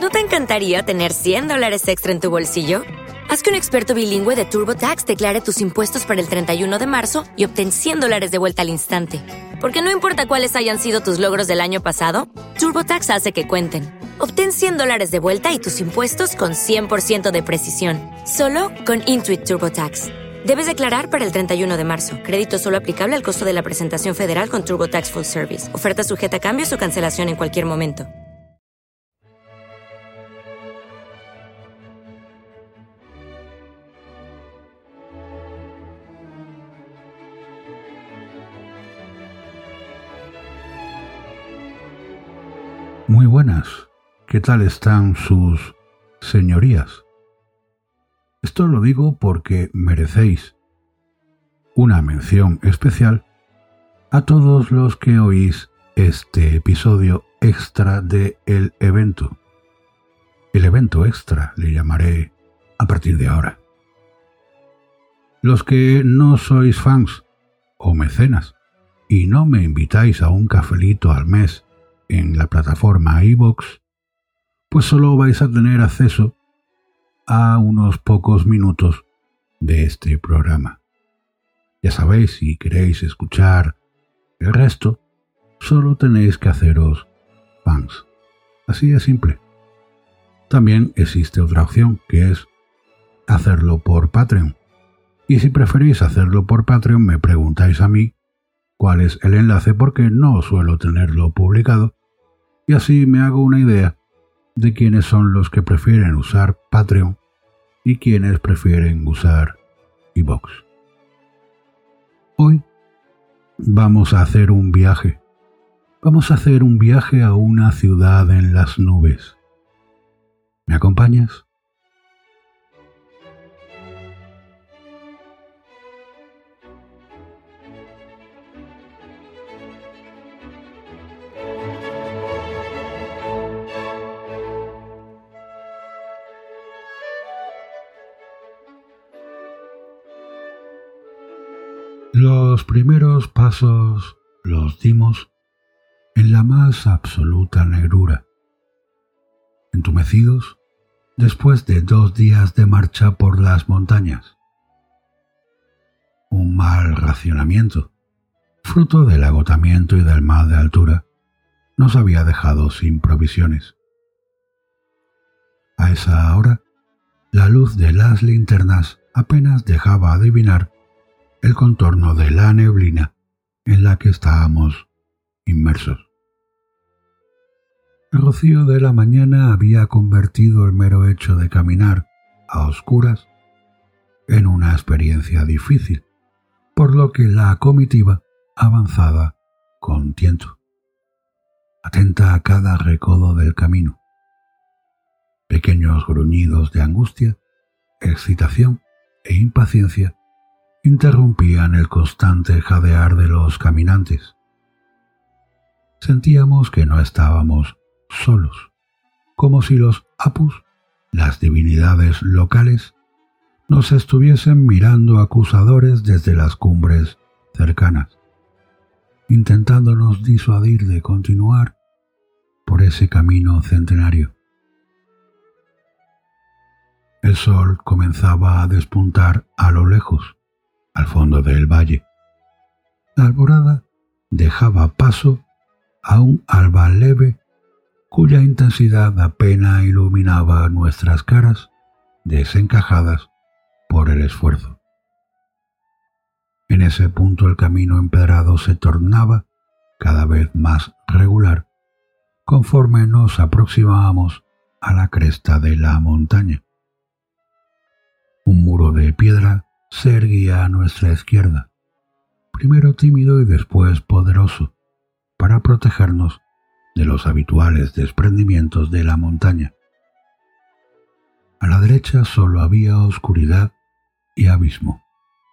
¿No te encantaría tener $100 extra en tu bolsillo? Haz que un experto bilingüe de TurboTax declare tus impuestos para el 31 de marzo y obtén $100 de vuelta al instante. Porque no importa cuáles hayan sido tus logros del año pasado, TurboTax hace que cuenten. Obtén $100 de vuelta y tus impuestos con 100% de precisión. Solo con Intuit TurboTax. Debes declarar para el 31 de marzo. Crédito solo aplicable al costo de la presentación federal con TurboTax Full Service. Oferta sujeta a cambios o cancelación en cualquier momento. Muy buenas, ¿qué tal están sus señorías? Esto lo digo porque merecéis una mención especial a todos los que oís este episodio extra de El Evento. El Evento Extra le llamaré a partir de ahora. Los que no sois fans o mecenas y no me invitáis a un cafelito al mes en la plataforma iVoox, pues solo vais a tener acceso a unos pocos minutos de este programa. Ya sabéis, si queréis escuchar el resto, solo tenéis que haceros fans. Así de simple. También existe otra opción, que es hacerlo por Patreon. Y si preferís hacerlo por Patreon, me preguntáis a mí cuál es el enlace, porque no suelo tenerlo publicado, y así me hago una idea de quiénes son los que prefieren usar Patreon y quienes prefieren usar iVoox. Hoy vamos a hacer un viaje. Vamos a hacer un viaje a una ciudad en las nubes. ¿Me acompañas? Los primeros pasos los dimos en la más absoluta negrura, entumecidos después de 2 días de marcha por las montañas. Un mal racionamiento, fruto del agotamiento y del mal de altura, nos había dejado sin provisiones. A esa hora, la luz de las linternas apenas dejaba adivinar el contorno de la neblina en la que estábamos inmersos. El rocío de la mañana había convertido el mero hecho de caminar a oscuras en una experiencia difícil, por lo que la comitiva avanzaba con tiento, atenta a cada recodo del camino. Pequeños gruñidos de angustia, excitación e impaciencia interrumpían el constante jadear de los caminantes. Sentíamos que no estábamos solos, como si los apus, las divinidades locales, nos estuviesen mirando acusadores desde las cumbres cercanas, intentándonos disuadir de continuar por ese camino centenario. El sol comenzaba a despuntar a lo lejos, al fondo del valle. La alborada dejaba paso a un alba leve cuya intensidad apenas iluminaba nuestras caras desencajadas por el esfuerzo. En ese punto el camino empedrado se tornaba cada vez más regular conforme nos aproximábamos a la cresta de la montaña. Un muro de piedra se erguía a nuestra izquierda, primero tímido y después poderoso, para protegernos de los habituales desprendimientos de la montaña. A la derecha solo había oscuridad y abismo.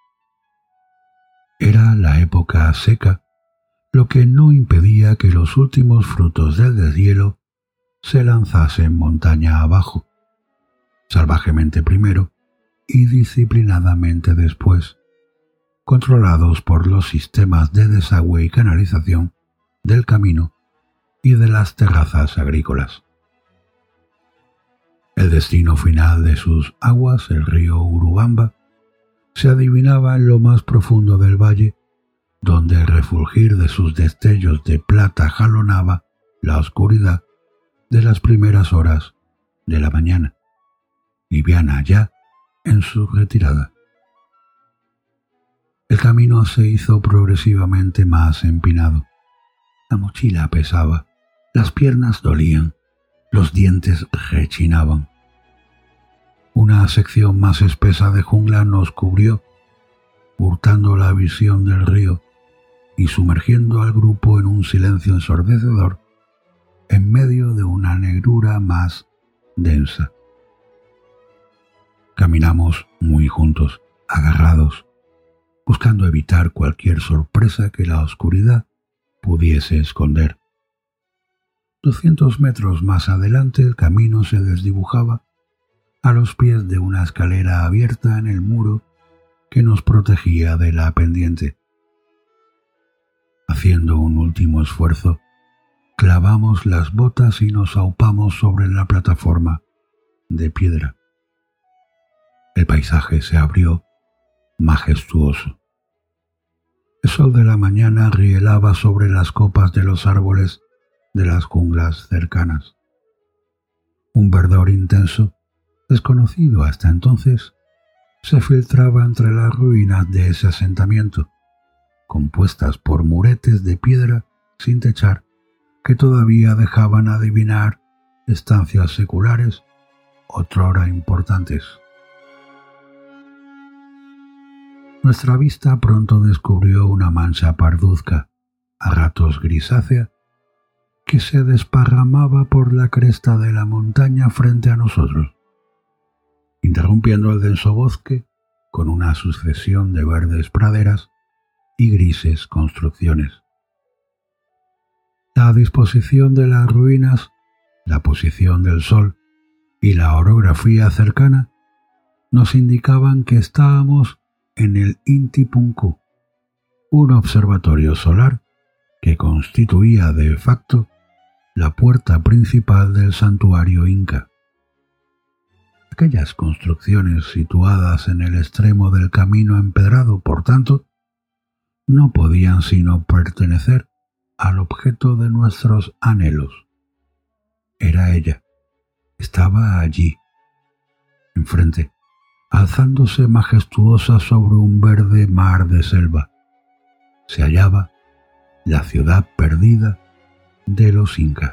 Era la época seca, lo que no impedía que los últimos frutos del deshielo se lanzasen montaña abajo, salvajemente primero y disciplinadamente después, controlados por los sistemas de desagüe y canalización del camino y de las terrazas agrícolas. El destino final de sus aguas, el río Urubamba, se adivinaba en lo más profundo del valle, donde el refulgir de sus destellos de plata jalonaba la oscuridad de las primeras horas de la mañana, liviana ya en su retirada. El camino se hizo progresivamente más empinado. La mochila pesaba, las piernas dolían, los dientes rechinaban. Una sección más espesa de jungla nos cubrió, hurtando la visión del río y sumergiendo al grupo en un silencio ensordecedor en medio de una negrura más densa. Caminamos muy juntos, agarrados, buscando evitar cualquier sorpresa que la oscuridad pudiese esconder. 200 metros más adelante el camino se desdibujaba a los pies de una escalera abierta en el muro que nos protegía de la pendiente. Haciendo un último esfuerzo, clavamos las botas y nos aupamos sobre la plataforma de piedra. El paisaje se abrió majestuoso. El sol de la mañana rielaba sobre las copas de los árboles de las junglas cercanas. Un verdor intenso, desconocido hasta entonces, se filtraba entre las ruinas de ese asentamiento, compuestas por muretes de piedra sin techar que todavía dejaban adivinar estancias seculares otrora importantes. Nuestra vista pronto descubrió una mancha parduzca, a ratos grisácea, que se desparramaba por la cresta de la montaña frente a nosotros, interrumpiendo el denso bosque con una sucesión de verdes praderas y grises construcciones. La disposición de las ruinas, la posición del sol y la orografía cercana nos indicaban que estábamos en el Inti Punku, un observatorio solar que constituía de facto la puerta principal del santuario inca. Aquellas construcciones situadas en el extremo del camino empedrado, por tanto, no podían sino pertenecer al objeto de nuestros anhelos. Era ella, estaba allí, enfrente, alzándose majestuosa sobre un verde mar de selva. Se hallaba la ciudad perdida de los incas.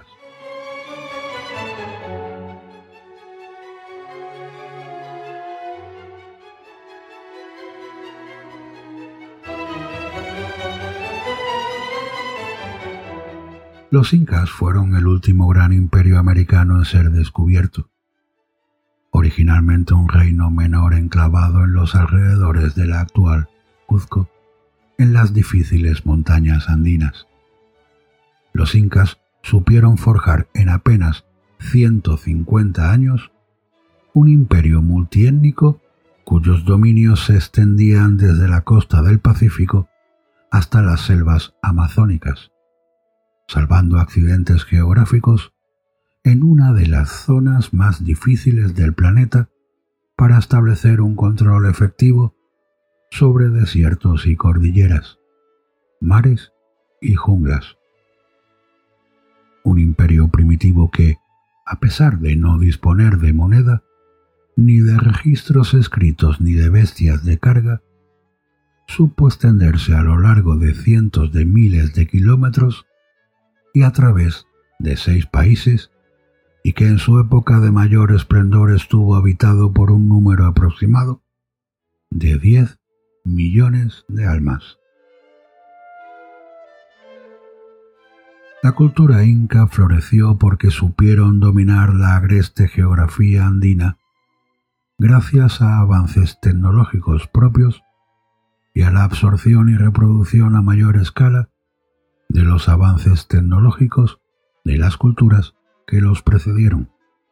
Los incas fueron el último gran imperio americano en ser descubierto. Originalmente un reino menor enclavado en los alrededores de la actual Cuzco, en las difíciles montañas andinas. Los incas supieron forjar en apenas 150 años un imperio multiétnico cuyos dominios se extendían desde la costa del Pacífico hasta las selvas amazónicas, salvando accidentes geográficos en una de las zonas más difíciles del planeta para establecer un control efectivo sobre desiertos y cordilleras, mares y junglas. Un imperio primitivo que, a pesar de no disponer de moneda, ni de registros escritos ni de bestias de carga, supo extenderse a lo largo de cientos de miles de kilómetros y a través de 6 países, y que en su época de mayor esplendor estuvo habitado por un número aproximado de 10 millones de almas. La cultura inca floreció porque supieron dominar la agreste geografía andina gracias a avances tecnológicos propios y a la absorción y reproducción a mayor escala de los avances tecnológicos de las culturas que los precedieron.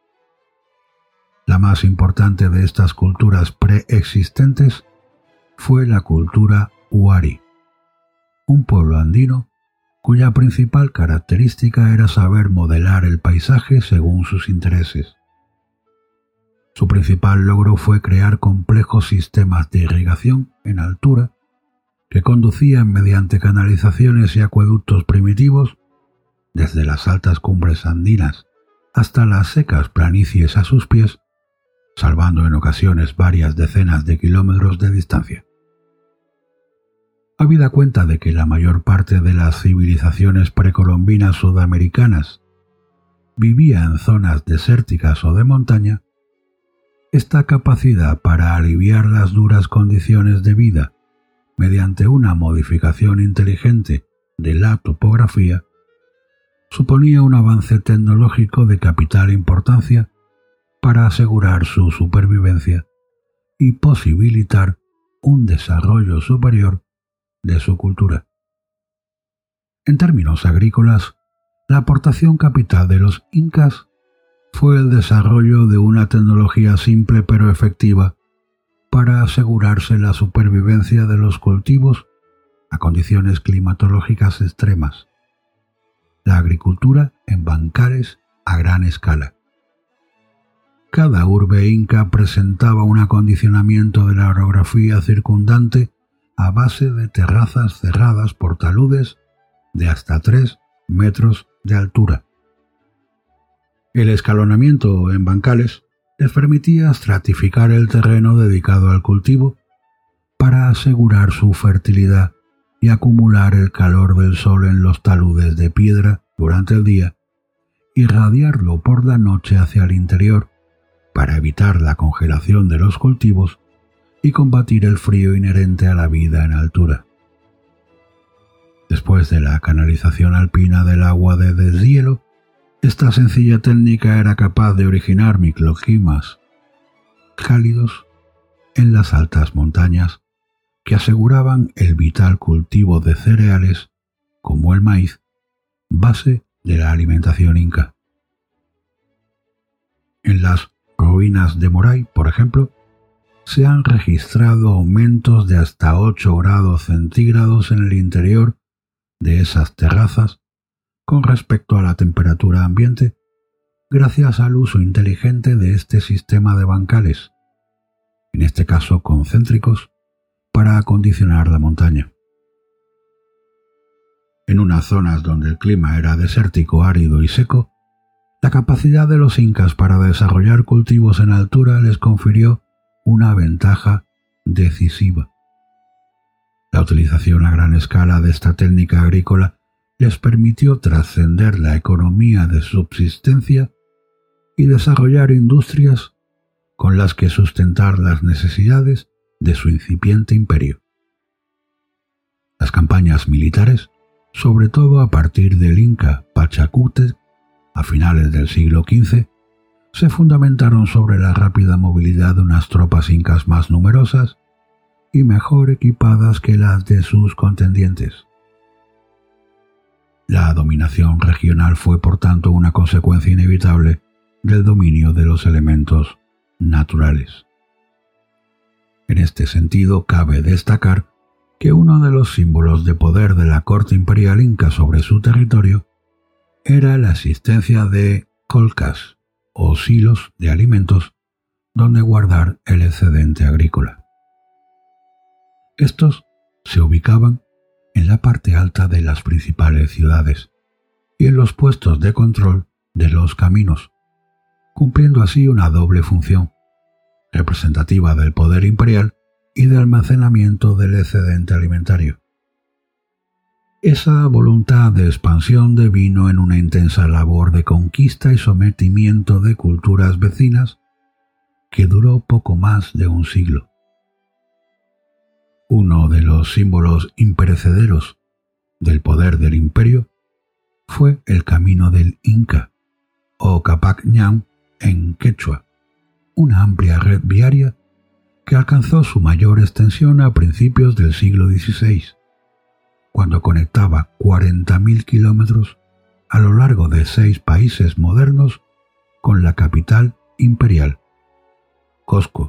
La más importante de estas culturas preexistentes fue la cultura Huari, un pueblo andino cuya principal característica era saber modelar el paisaje según sus intereses. Su principal logro fue crear complejos sistemas de irrigación en altura que conducían mediante canalizaciones y acueductos primitivos desde las altas cumbres andinas hasta las secas planicies a sus pies, salvando en ocasiones varias decenas de kilómetros de distancia. Habida cuenta de que la mayor parte de las civilizaciones precolombinas sudamericanas vivía en zonas desérticas o de montaña, esta capacidad para aliviar las duras condiciones de vida mediante una modificación inteligente de la topografía suponía un avance tecnológico de capital importancia para asegurar su supervivencia y posibilitar un desarrollo superior de su cultura. En términos agrícolas, la aportación capital de los incas fue el desarrollo de una tecnología simple pero efectiva para asegurarse la supervivencia de los cultivos a condiciones climatológicas extremas. La agricultura en bancales a gran escala. Cada urbe inca presentaba un acondicionamiento de la orografía circundante a base de terrazas cerradas por taludes de hasta 3 metros de altura. El escalonamiento en bancales les permitía estratificar el terreno dedicado al cultivo para asegurar su fertilidad y acumular el calor del sol en los taludes de piedra durante el día y radiarlo por la noche hacia el interior para evitar la congelación de los cultivos y combatir el frío inherente a la vida en altura. Después de la canalización alpina del agua de deshielo, esta sencilla técnica era capaz de originar microclimas cálidos en las altas montañas que aseguraban el vital cultivo de cereales como el maíz, base de la alimentación inca. En las ruinas de Moray, por ejemplo, se han registrado aumentos de hasta 8 grados centígrados en el interior de esas terrazas con respecto a la temperatura ambiente, gracias al uso inteligente de este sistema de bancales, en este caso concéntricos, para acondicionar la montaña. En unas zonas donde el clima era desértico, árido y seco, la capacidad de los incas para desarrollar cultivos en altura les confirió una ventaja decisiva. La utilización a gran escala de esta técnica agrícola les permitió trascender la economía de subsistencia y desarrollar industrias con las que sustentar las necesidades de su incipiente imperio. Las campañas militares, sobre todo a partir del Inca Pachacútec, a finales del siglo XV, se fundamentaron sobre la rápida movilidad de unas tropas incas más numerosas y mejor equipadas que las de sus contendientes. La dominación regional fue, por tanto, una consecuencia inevitable del dominio de los elementos naturales. En este sentido, cabe destacar que uno de los símbolos de poder de la corte imperial inca sobre su territorio era la existencia de colcas o silos de alimentos donde guardar el excedente agrícola. Estos se ubicaban en la parte alta de las principales ciudades y en los puestos de control de los caminos, cumpliendo así una doble función, representativa del poder imperial y de almacenamiento del excedente alimentario. Esa voluntad de expansión devino en una intensa labor de conquista y sometimiento de culturas vecinas que duró poco más de un siglo. Uno de los símbolos imperecederos del poder del imperio fue el Camino del Inca, o Capac Ñam en quechua, una amplia red viaria que alcanzó su mayor extensión a principios del siglo XVI, cuando conectaba 40.000 kilómetros a lo largo de 6 países modernos con la capital imperial, Cusco.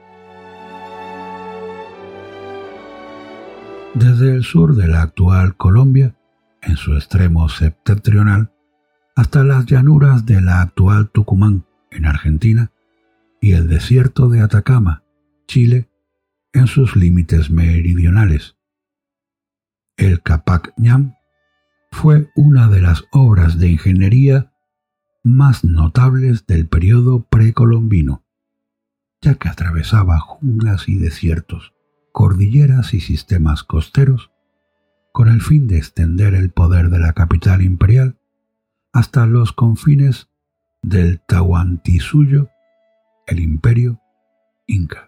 Desde el sur de la actual Colombia, en su extremo septentrional, hasta las llanuras de la actual Tucumán, en Argentina, y el desierto de Atacama, Chile, en sus límites meridionales. El Capac Ñam fue una de las obras de ingeniería más notables del periodo precolombino, ya que atravesaba junglas y desiertos, cordilleras y sistemas costeros, con el fin de extender el poder de la capital imperial hasta los confines del Tahuantinsuyo, el imperio inca.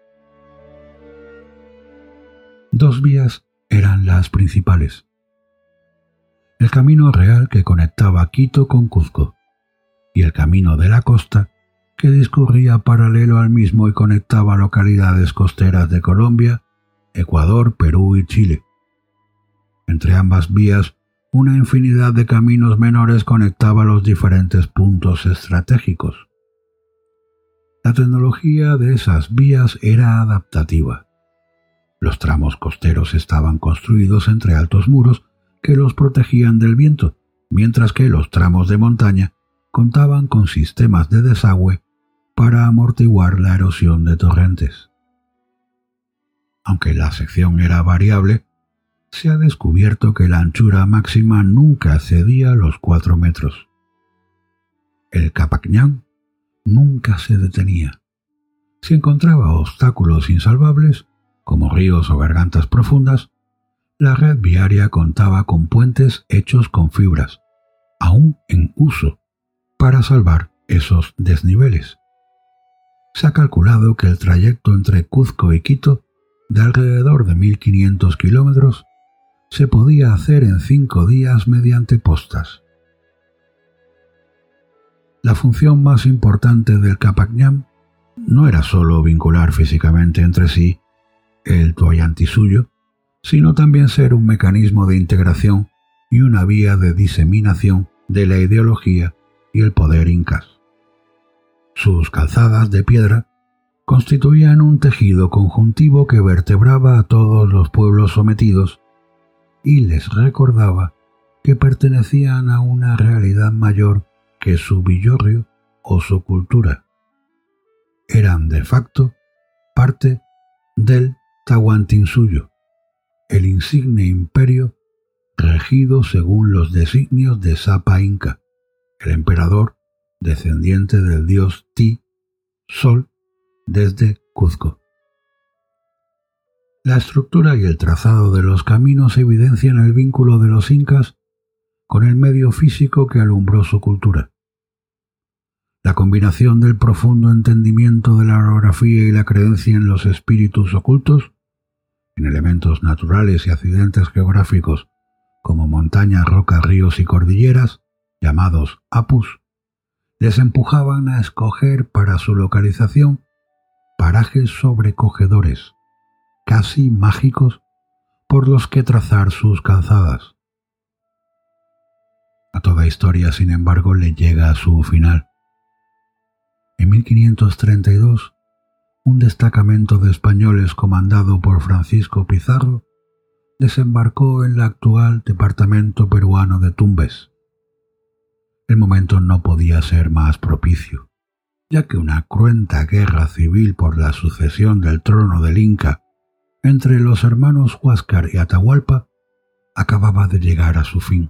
2 vías eran las principales: el camino real que conectaba Quito con Cuzco y el camino de la costa que discurría paralelo al mismo y conectaba localidades costeras de Colombia, Ecuador, Perú y Chile. Entre ambas vías, una infinidad de caminos menores conectaba los diferentes puntos estratégicos. La tecnología de esas vías era adaptativa. Los tramos costeros estaban construidos entre altos muros que los protegían del viento, mientras que los tramos de montaña contaban con sistemas de desagüe para amortiguar la erosión de torrentes. Aunque la sección era variable, se ha descubierto que la anchura máxima nunca excedía los 4 metros. El Capac Ñam nunca se detenía. Si encontraba obstáculos insalvables, como ríos o gargantas profundas, la red viaria contaba con puentes hechos con fibras, aún en uso, para salvar esos desniveles. Se ha calculado que el trayecto entre Cuzco y Quito, de alrededor de 1.500 kilómetros, se podía hacer en 5 días mediante postas. La función más importante del Capac Ñam no era solo vincular físicamente entre sí el Tahuantinsuyo, sino también ser un mecanismo de integración y una vía de diseminación de la ideología y el poder incas. Sus calzadas de piedra constituían un tejido conjuntivo que vertebraba a todos los pueblos sometidos y les recordaba que pertenecían a una realidad mayor que su villorrio o su cultura. Eran de facto parte del Tahuantinsuyo, el insigne imperio regido según los designios de Sapa Inca, el emperador descendiente del dios Ti, Sol, desde Cuzco. La estructura y el trazado de los caminos evidencian el vínculo de los incas con el medio físico que alumbró su cultura. La combinación del profundo entendimiento de la orografía y la creencia en los espíritus ocultos, en elementos naturales y accidentes geográficos como montañas, rocas, ríos y cordilleras, llamados apus, les empujaban a escoger para su localización parajes sobrecogedores, casi mágicos, por los que trazar sus calzadas. A toda historia, sin embargo, le llega a su final. En 1532, un destacamento de españoles comandado por Francisco Pizarro desembarcó en el actual departamento peruano de Tumbes. El momento no podía ser más propicio, ya que una cruenta guerra civil por la sucesión del trono del Inca entre los hermanos Huáscar y Atahualpa acababa de llegar a su fin.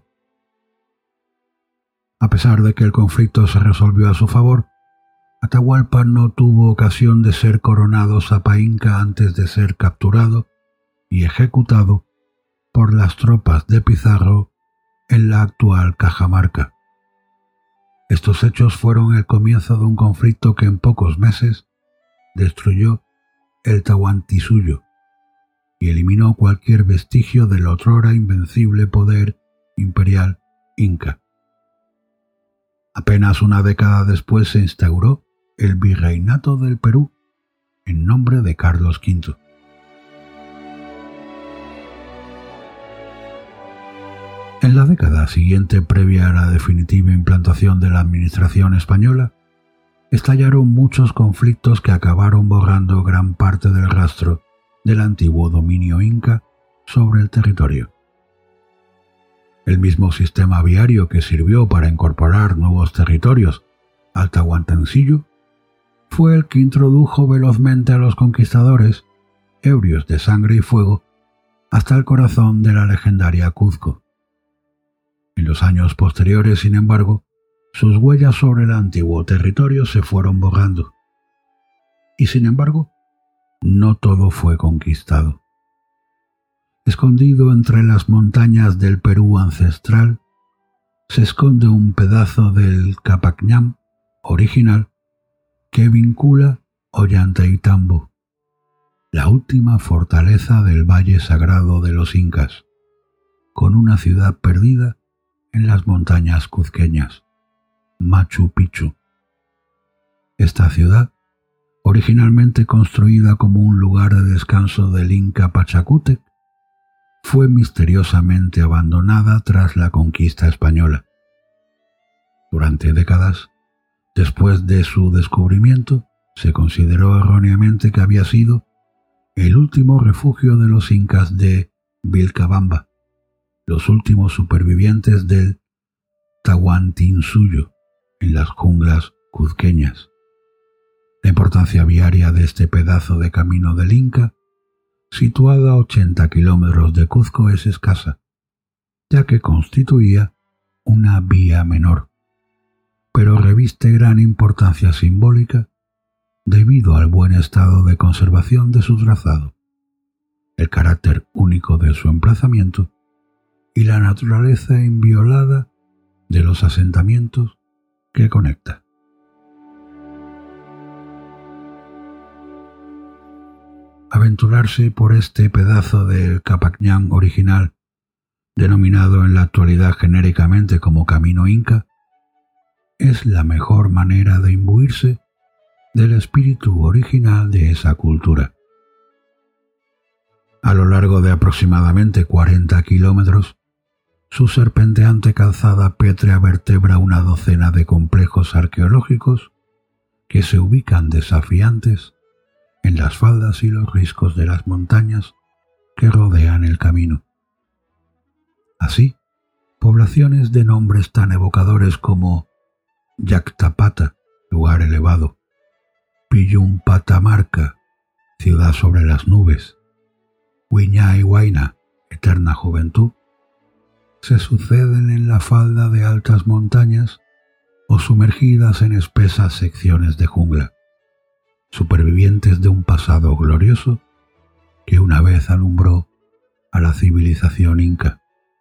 A pesar de que el conflicto se resolvió a su favor, Atahualpa no tuvo ocasión de ser coronado Sapa Inca antes de ser capturado y ejecutado por las tropas de Pizarro en la actual Cajamarca. Estos hechos fueron el comienzo de un conflicto que en pocos meses destruyó el Tahuantinsuyo y eliminó cualquier vestigio del otrora invencible poder imperial inca. Apenas una década después se instauró el Virreinato del Perú en nombre de Carlos V. En la década siguiente, previa a la definitiva implantación de la administración española, estallaron muchos conflictos que acabaron borrando gran parte del rastro del antiguo dominio inca sobre el territorio. El mismo sistema viario que sirvió para incorporar nuevos territorios al Tahuantinsuyo fue el que introdujo velozmente a los conquistadores, ebrios de sangre y fuego, hasta el corazón de la legendaria Cuzco. En los años posteriores, sin embargo, sus huellas sobre el antiguo territorio se fueron borrando. Y sin embargo, no todo fue conquistado. Escondido entre las montañas del Perú ancestral, se esconde un pedazo del Capacñán original que vincula Ollantaytambo, la última fortaleza del Valle Sagrado de los Incas, con una ciudad perdida en las montañas cuzqueñas, Machu Picchu. Esta ciudad, originalmente construida como un lugar de descanso del Inca Pachacútec, fue misteriosamente abandonada tras la conquista española. Durante décadas, después de su descubrimiento, se consideró erróneamente que había sido el último refugio de los incas de Vilcabamba, los últimos supervivientes del Tahuantinsuyo en las junglas cuzqueñas. La importancia viaria de este pedazo de camino del Inca, situada a 80 kilómetros de Cuzco, es escasa, ya que constituía una vía menor, pero reviste gran importancia simbólica debido al buen estado de conservación de su trazado, el carácter único de su emplazamiento y la naturaleza inviolada de los asentamientos que conecta. Aventurarse por este pedazo del Capacñán original, denominado en la actualidad genéricamente como Camino Inca, es la mejor manera de imbuirse del espíritu original de esa cultura. A lo largo de aproximadamente 40 kilómetros, su serpenteante calzada pétrea vertebra una docena de complejos arqueológicos que se ubican desafiantes en las faldas y los riscos de las montañas que rodean el camino. Así, poblaciones de nombres tan evocadores como Yactapata, lugar elevado, Pillumpatamarca, ciudad sobre las nubes, Huiñay Huayna, eterna juventud, se suceden en la falda de altas montañas o sumergidas en espesas secciones de jungla, supervivientes de un pasado glorioso que una vez alumbró a la civilización inca.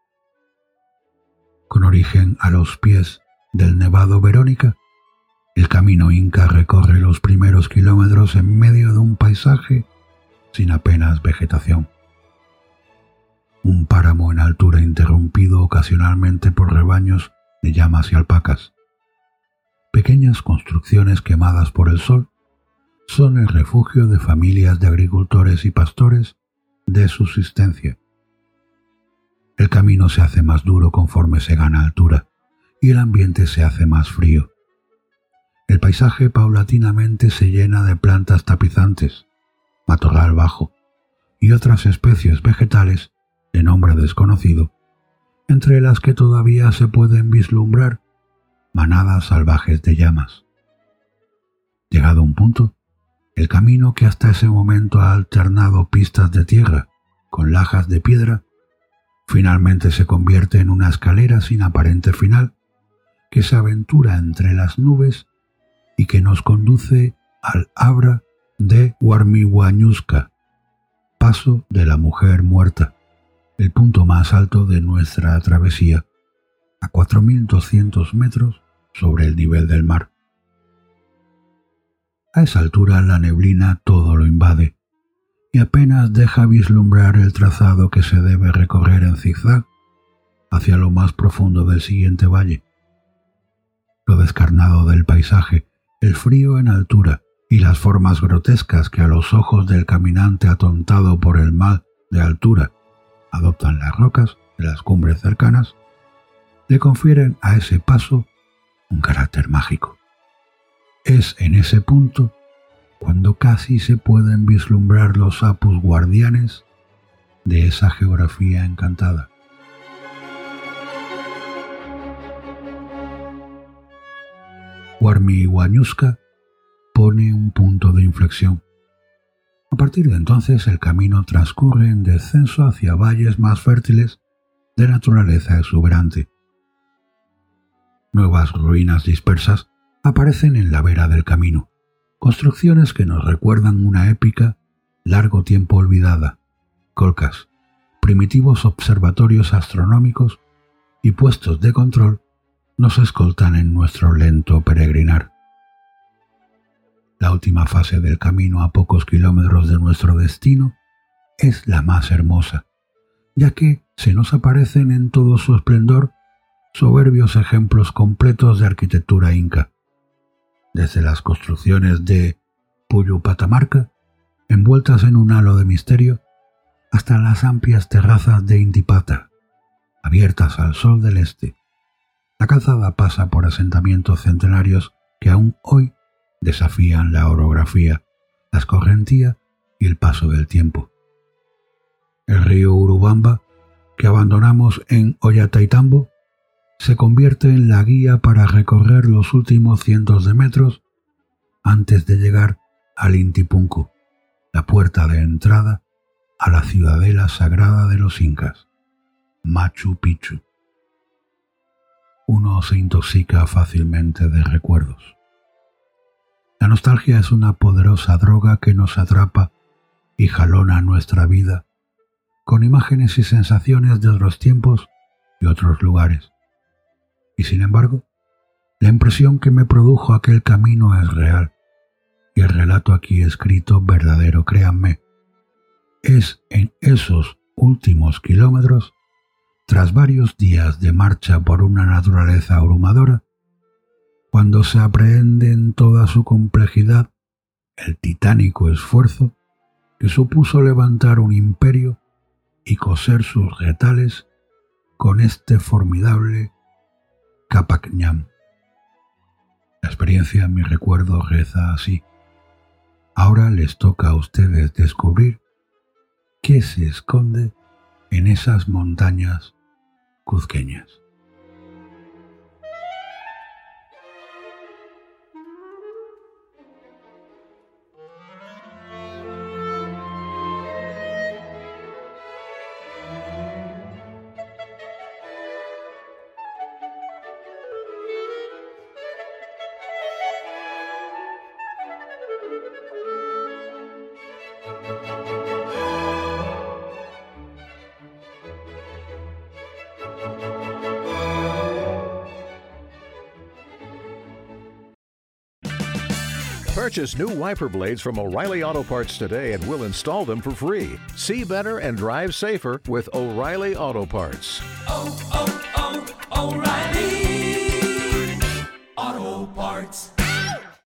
Con origen a los pies del Nevado Verónica, el camino inca recorre los primeros kilómetros en medio de un paisaje sin apenas vegetación. Un páramo en altura interrumpido ocasionalmente por rebaños de llamas y alpacas. Pequeñas construcciones quemadas por el sol son el refugio de familias de agricultores y pastores de subsistencia. El camino se hace más duro conforme se gana altura y el ambiente se hace más frío. El paisaje paulatinamente se llena de plantas tapizantes, matorral bajo y otras especies vegetales de nombre desconocido, entre las que todavía se pueden vislumbrar manadas salvajes de llamas. Llegado a un punto, el camino, que hasta ese momento ha alternado pistas de tierra con lajas de piedra, finalmente se convierte en una escalera sin aparente final que se aventura entre las nubes y que nos conduce al Abra de Huarmihuañusca, paso de la mujer muerta, el punto más alto de nuestra travesía, a 4.200 metros sobre el nivel del mar. A esa altura la neblina todo lo invade y apenas deja vislumbrar el trazado que se debe recorrer en zigzag hacia lo más profundo del siguiente valle. Lo descarnado del paisaje, el frío en altura y las formas grotescas que a los ojos del caminante atontado por el mal de altura adoptan las rocas de las cumbres cercanas, le confieren a ese paso un carácter mágico. Es en ese punto cuando casi se pueden vislumbrar los apus guardianes de esa geografía encantada. Huarmihuañusca supone un punto de inflexión. A partir de entonces el camino transcurre en descenso hacia valles más fértiles de naturaleza exuberante. Nuevas ruinas dispersas aparecen en la vera del camino, construcciones que nos recuerdan una épica largo tiempo olvidada, colcas, primitivos observatorios astronómicos y puestos de control nos escoltan en nuestro lento peregrinar. La última fase del camino a pocos kilómetros de nuestro destino es la más hermosa, ya que se nos aparecen en todo su esplendor soberbios ejemplos completos de arquitectura inca, desde las construcciones de Puyupatamarca, envueltas en un halo de misterio, hasta las amplias terrazas de Indipata, abiertas al sol del este. La calzada pasa por asentamientos centenarios que aún hoy desafían la orografía, la escorrentía y el paso del tiempo. El río Urubamba, que abandonamos en Ollantaytambo, se convierte en la guía para recorrer los últimos cientos de metros antes de llegar al Inti Punku, la puerta de entrada a la ciudadela sagrada de los incas, Machu Picchu. Uno se intoxica fácilmente de recuerdos. La nostalgia es una poderosa droga que nos atrapa y jalona nuestra vida con imágenes y sensaciones de otros tiempos y otros lugares. Y sin embargo, la impresión que me produjo aquel camino es real, y el relato aquí escrito verdadero, créanme. Es en esos últimos kilómetros, tras varios días de marcha por una naturaleza abrumadora, cuando se aprehende en toda su complejidad el titánico esfuerzo que supuso levantar un imperio y coser sus retales con este formidable Capac Ñam. La experiencia en mi recuerdo reza así. Ahora les toca a ustedes descubrir qué se esconde en esas montañas cuzqueñas. Purchase new wiper blades from O'Reilly Auto Parts today and we'll install them for free. See better and drive safer with O'Reilly Auto Parts. Oh, oh, oh, O'Reilly